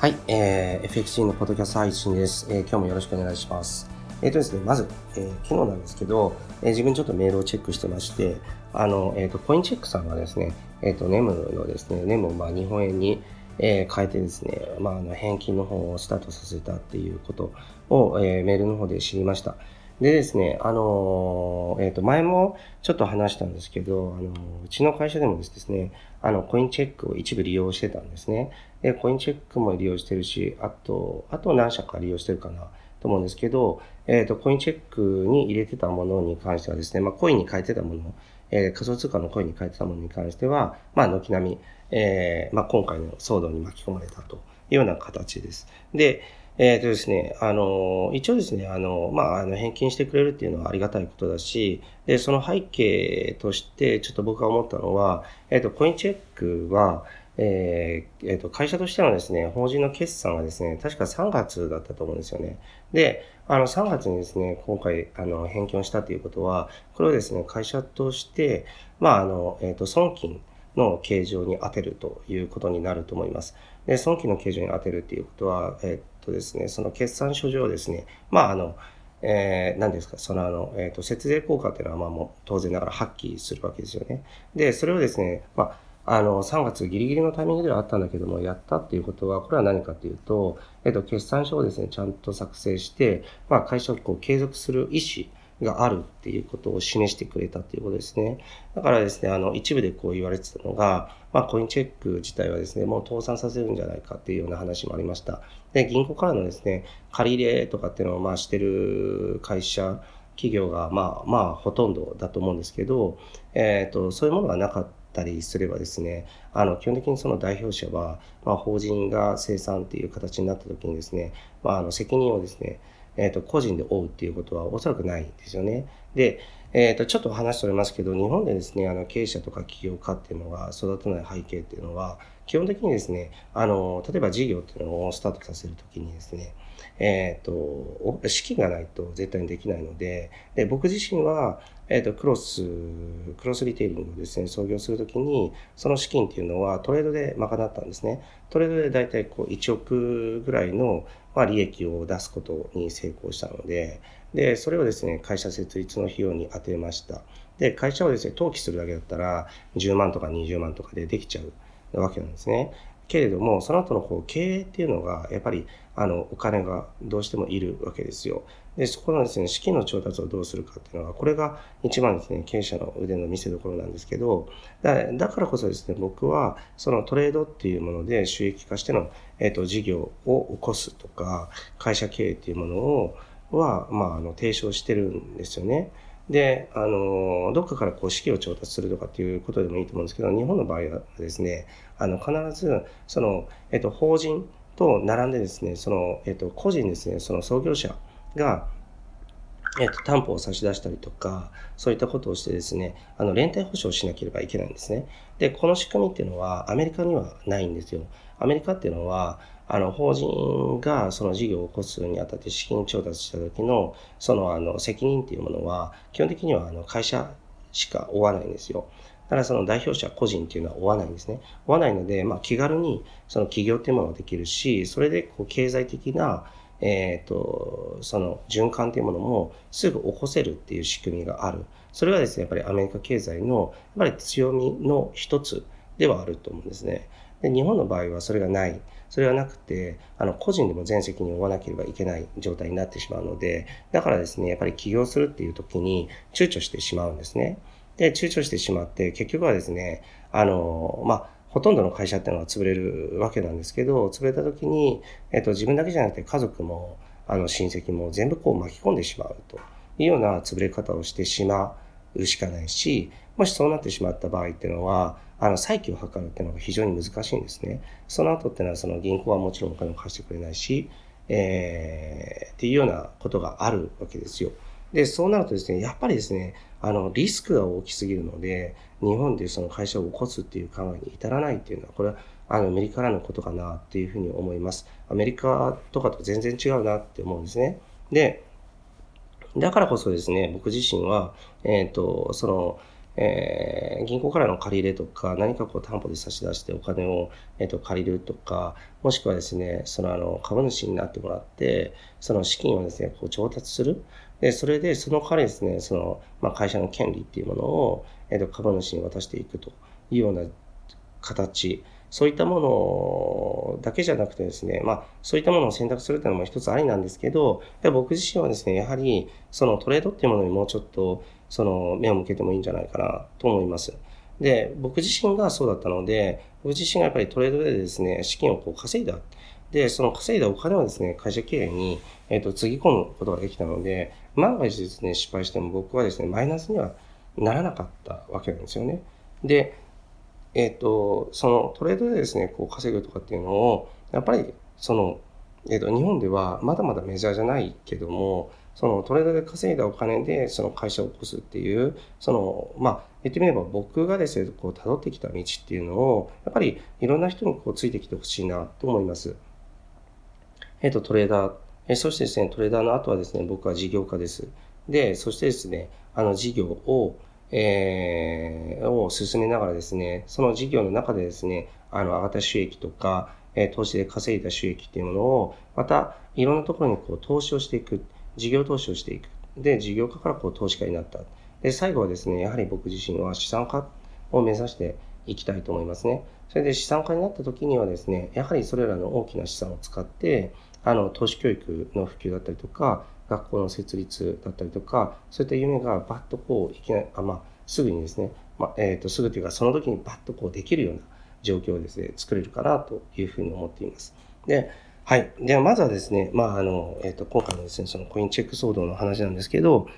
はい、FXG のポッドキャスト配信です。今日もよろしくお願いします。ですね、まず、昨日なんですけど、自分ちょっとメールをチェックしてまして、コインチェックさんがですね、ネムのですね、ネムを日本円に、変えてですね、返金の方をスタートさせたっていうことを、メールの方で知りました。でですね、前もちょっと話したんですけど、うちの会社でもですね、コインチェックを一部利用してたんですね。で、コインチェックも利用してるし、あと何社か利用してるかなと思うんですけど、コインチェックに入れてたものに関してはですね、コインに変えてたもの、仮想通貨のコインに変えてたものに関しては、軒並み、今回の騒動に巻き込まれたというような形です。で、ですね、一応ですね、返金してくれるっていうのはありがたいことだし、で、その背景として、ちょっと僕が思ったのは、コインチェックは、会社としてのですね、法人の決算がですね、確か3月だったと思うんですよね。で、3月にですね、今回、返金をしたということは、これをですね、会社として、損金の計上に当てるということになると思います。で、損金の計上に当てるっていうことは、ですね、その決算書上ですね、何ですか、節税効果っていうのは、もう当然ながら発揮するわけですよね。で、それをですね、3月ギリギリのタイミングではあったんだけども、やったっていうことは、これは何かというと、決算書をですね、ちゃんと作成して、会社を継続する意思があるっていうことを示してくれたっていうことですね。だからですね、一部でこう言われてたのが、コインチェック自体はですね、もう倒産させるんじゃないかっていうような話もありました。で、銀行からのですね、借り入れとかっていうのをしてる会社、企業がほとんどだと思うんですけど、そういうものがなかったりすればですね、基本的にその代表者は、法人が清算っていう形になった時にですね、責任をですね、個人で負うっていうことはおそらくないんですよね。で、ちょっと話しておりますけど、日本でですね、経営者とか起業家っていうのが育たない背景っていうのは、基本的にですね、例えば事業っていうのをスタートさせるときにですね、資金がないと絶対にできないので、僕自身は、クロスリテイリングをですね、創業するときに、その資金っていうのはトレードで賄ったんですね。トレードでだいたい1億ぐらいの、利益を出すことに成功したので、で、それをですね、会社設立の費用に充てました。で、会社をですね、登記するだけだったら、10万とか20万とかでできちゃうわけなんですね。けれども、その後の経営っていうのが、やっぱり、お金がどうしてもいるわけですよ。で、そこのですね、資金の調達をどうするかっていうのは、これが一番ですね、経営者の腕の見せ所なんですけど、だからこそですね、僕は、そのトレードっていうもので収益化しての、事業を起こすとか、会社経営っていうものを、提唱してるんですよね。で、どっかから資金を調達するとかっていうことでもいいと思うんですけど、日本の場合はですね、必ず、法人と並んでですね、個人ですね、その創業者が、担保を差し出したりとか、そういったことをしてですね、連帯保証しなければいけないんですね。で、この仕組みっていうのはアメリカにはないんですよ。アメリカっていうのは、法人がその事業を起こすにあたって資金調達した時の、責任っていうものは、基本的には会社しか負わないんですよ。だからその代表者個人っていうのは負わないんですね。負わないので、気軽にその起業っていうものができるし、それで経済的なその循環というものもすぐ起こせるっていう仕組みがある。それはですね、やっぱりアメリカ経済のやっぱり強みの一つではあると思うんですね。で、日本の場合はそれがない。それはなくて、個人でも全責任を負わなければいけない状態になってしまうので、だからですね、やっぱり起業するっていう時に躊躇してしまうんですね。で、躊躇してしまって、結局はですね、ほとんどの会社っていうのは潰れるわけなんですけど、潰れた時に、自分だけじゃなくて家族も、親戚も全部巻き込んでしまうというような潰れ方をしてしまうしかないし、もしそうなってしまった場合っていうのは、再起を図るっていうのが非常に難しいんですね。その後っていうのは、その銀行はもちろんお金を貸してくれないし、っていうようなことがあるわけですよ。で、そうなるとですね、やっぱりですね、リスクが大きすぎるので、日本でその会社を起こすっていう考えに至らないっていうのは、これはアメリカからのことかなっていうふうに思います。アメリカとかと全然違うなって思うんですね。で、だからこそですね、僕自身は、 銀行からの借り入れとか、何か担保で差し出してお金を、借りるとか、もしくはですね、株主になってもらって、その資金をですね、調達する。で、それで、その代わりですね、会社の権利っていうものを、株主に渡していくというような形、そういったものだけじゃなくてですね、そういったものを選択するというのも一つありなんですけど、僕自身はですね、やはり、トレードっていうものにもうちょっと、目を向けてもいいんじゃないかなと思います。で、僕自身がそうだったので、僕自身がやっぱりトレードでですね、資金を稼いだ。で、その稼いだお金をですね、会社経営に、つぎ込むことができたので、万が一ですね、失敗しても僕はですね、マイナスにはならなかったわけなんですよね。で、そのトレードでですね、稼ぐとかっていうのを、やっぱり、日本ではまだまだメジャーじゃないけども、そのトレードで稼いだお金でその会社を起こすっていう、言ってみれば僕がですね、辿ってきた道っていうのを、やっぱりいろんな人についてきてほしいなと思います。トレーダー、そしてですね、トレーダーの後はですね、僕は事業家です。で、そしてですね、事業を、進めながらですね、その事業の中でですね、上がった収益とか、投資で稼いだ収益っていうものを、またいろんなところに投資をしていく、事業投資をしていく。で、事業家から投資家になった。で、最後はですね、やはり僕自身は資産家を目指していきたいと思いますね。それで資産家になった時にはですね、やはりそれらの大きな資産を使って、投資教育の普及だったりとか、学校の設立だったりとか、そういった夢がバッといきなり、すぐにですね、すぐというか、その時にバッとできるような状況をですね、作れるかなというふうに思っています。で、はい。では、まずはですね、今回のですね、そのコインチェック騒動の話なんですけど、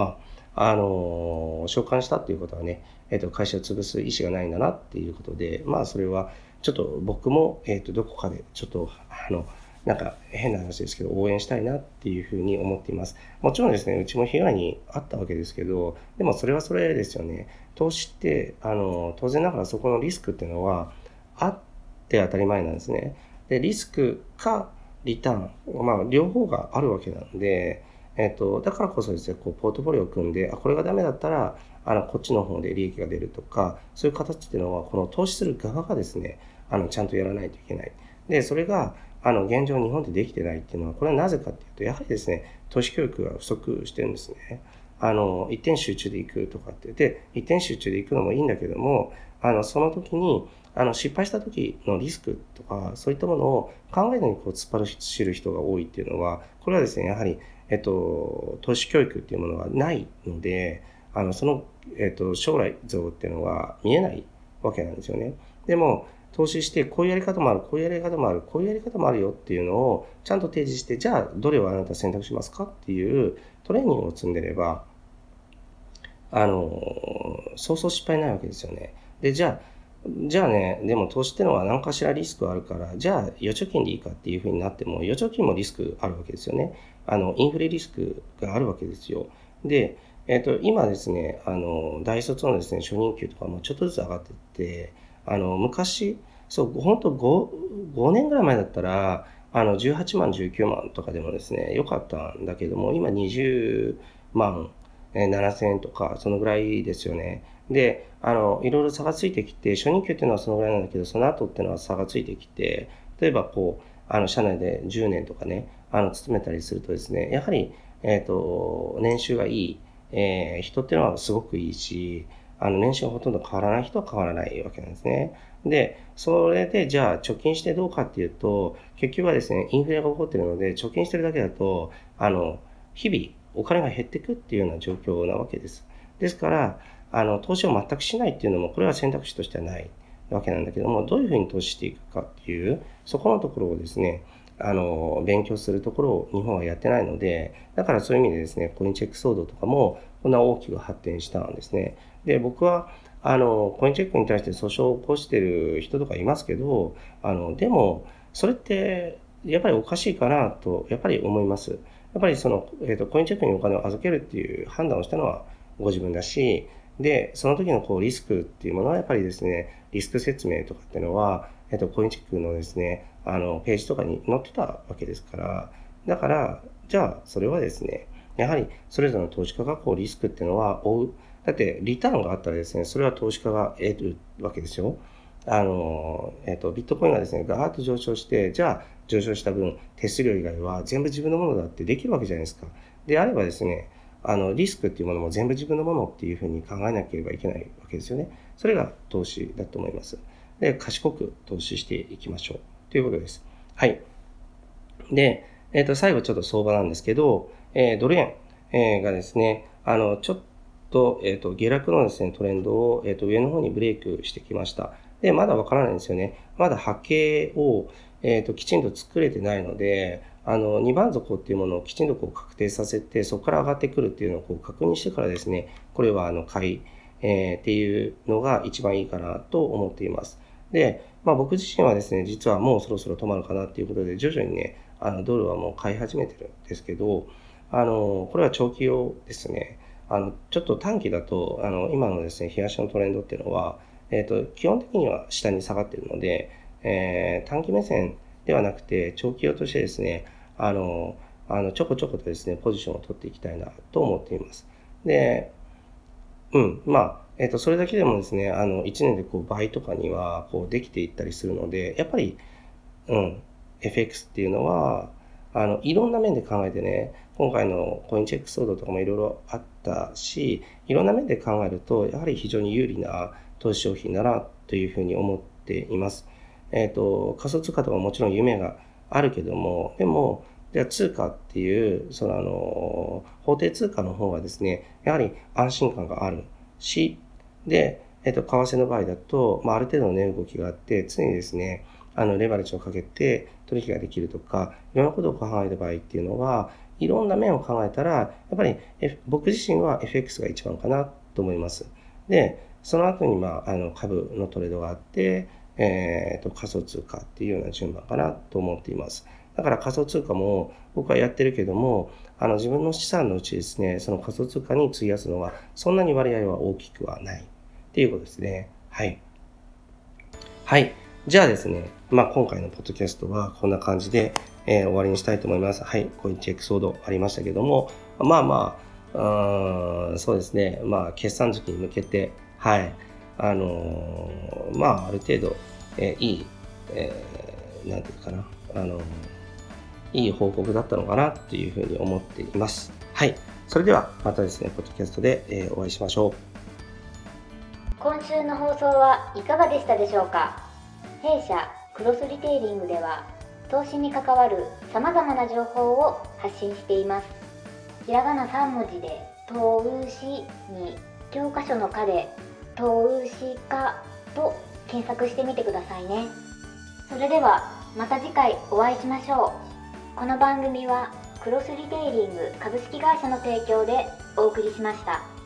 召喚したっていうことはね、会社を潰す意思がないんだなっていうことで、それは、ちょっと僕も、どこかで、ちょっと、なんか変な話ですけど、応援したいなっていうふうに思っています。もちろんですね、うちも被害に遭ったわけですけど、でもそれはそれですよね。投資って、当然ながらそこのリスクっていうのはあって当たり前なんですね。で、リスクかリターン、両方があるわけなので、だからこそですね、ポートフォリオを組んで、これがダメだったら、こっちの方で利益が出るとか、そういう形っていうのは、この投資する側がですね、ちゃんとやらないといけない。で、それが、現状日本でできてないっていうのは、これはなぜかっていうと、やはりですね、投資教育が不足してるんですね。一点集中で行くとかって。で、一点集中で行くのもいいんだけども、その時に、失敗した時のリスクとか、そういったものを考えずに突っ走る人が多いっていうのは、これはですね、やはり、投資教育っていうものがないので、将来像っていうのは見えないわけなんですよね。でも、投資して、こういうやり方もある、こういうやり方もある、こういうやり方もあるよっていうのをちゃんと提示して、じゃあ、どれをあなた選択しますかっていうトレーニングを積んでれば、そうそう失敗ないわけですよね。で、じゃあね、でも投資ってのは何かしらリスクあるから、じゃあ預貯金でいいかっていうふうになっても、預貯金もリスクあるわけですよね。インフレリスクがあるわけですよ。で、今ですね、大卒のですね、初任給とかもちょっとずつ上がっていって、昔、そう、本当5年ぐらい前だったら、18万、19万とかでもですね、良かったんだけども、今20万、7000円とか、そのぐらいですよね。で、いろいろ差がついてきて、初任給っていうのはそのぐらいなんだけど、その後っていうのは差がついてきて、例えば社内で10年とかね、勤めたりするとですね、やはり、年収がいい、人っていうのはすごくいいし、年収がほとんど変わらない人は変わらないわけなんですね。で、それで、じゃあ、貯金してどうかっていうと、結局はですね、インフレが起こっているので、貯金してるだけだと、日々、お金が減っていくっていうような状況なわけです。ですから、投資を全くしないっていうのも、これは選択肢としてはないわけなんだけども、どういうふうに投資していくかっていう、そこのところをですね、勉強するところを日本はやってないので、だからそういう意味でですね、コインチェック騒動とかも、こんな大きく発展したんですね。で、僕は、コインチェックに対して訴訟を起こしてる人とかいますけど、でも、それって、やっぱりおかしいかなと、やっぱり思います。やっぱりコインチェックにお金を預けるっていう判断をしたのはご自分だし、で、その時のリスクっていうものはやっぱりですね、リスク説明とかっていうのは、コインチェックのですね、ページとかに載ってたわけですから、だから、じゃあ、それはですね、やはり、それぞれの投資家がリスクっていうのは負う。 だってリターンがあったらですね、それは投資家が得るわけですよ。ビットコインがですね、ガーッと上昇して、じゃあ上昇した分、手数料以外は全部自分のものだってできるわけじゃないですか。であればですね、リスクっていうものも全部自分のものっていうふうに考えなければいけないわけですよね。それが投資だと思います。で、賢く投資していきましょうということです。はい。で、最後ちょっと相場なんですけど、ドル円、がですね、ちょっと、下落のですね、トレンドを、上の方にブレイクしてきました。で、まだわからないんですよね。まだ波形を、きちんと作れてないので、2番底っていうものをきちんとこう確定させて、そこから上がってくるっていうのをこう確認してからですね、これは買い、っていうのが一番いいかなと思っています。で、僕自身はですね、実はもうそろそろ止まるかなっていうことで、徐々にね、ドルはもう買い始めてるんですけど、これは長期用ですね。ちょっと短期だと、今のですね、日足のトレンドっていうのは、基本的には下に下がっているので、短期目線ではなくて、長期用としてですね、ちょこちょことですね、ポジションを取っていきたいなと思っています。で、それだけでもですね、1年でこう倍とかにはこうできていったりするので、やっぱり、FX っていうのは、いろんな面で考えてね、今回のコインチェック騒動とかもいろいろあったし、いろんな面で考えると、やはり非常に有利な投資商品だなというふうに思っています。仮想通貨とかもちろん夢があるけども、でも、じゃあ通貨っていう、法定通貨の方がですね、やはり安心感があるし、で、為替の場合だと、ある程度の値動きがあって、常にですね、レバレッジをかけて取引ができるとか、いろんなことを考える場合っていうのは、いろんな面を考えたら、やっぱり、僕自身は FX が一番かなと思います。で、その後に、株のトレードがあって、仮想通貨っていうような順番かなと思っています。だから仮想通貨も僕はやってるけども、自分の資産のうちですね、その仮想通貨に費やすのは、そんなに割合は大きくはないっていうことですね。はい。はい。じゃあですね、今回のポッドキャストはこんな感じで、終わりにしたいと思います。はい。コインチェック騒動ありましたけども、そうですね。決算時期に向けて、はい。ある程度、いい、なんていうかな、いい報告だったのかなというふうに思っています。はい。それではまたですね、ポッドキャストで、お会いしましょう。 今週の放送はいかがでしたでしょうか。弊社クロスリテイリングでは投資に関わるさまざまな情報を発信しています。ひらがな3文字で投資に教科書の科で投資家と検索してみてくださいね。それではまた次回お会いしましょう。この番組はクロスリテイリング株式会社の提供でお送りしました。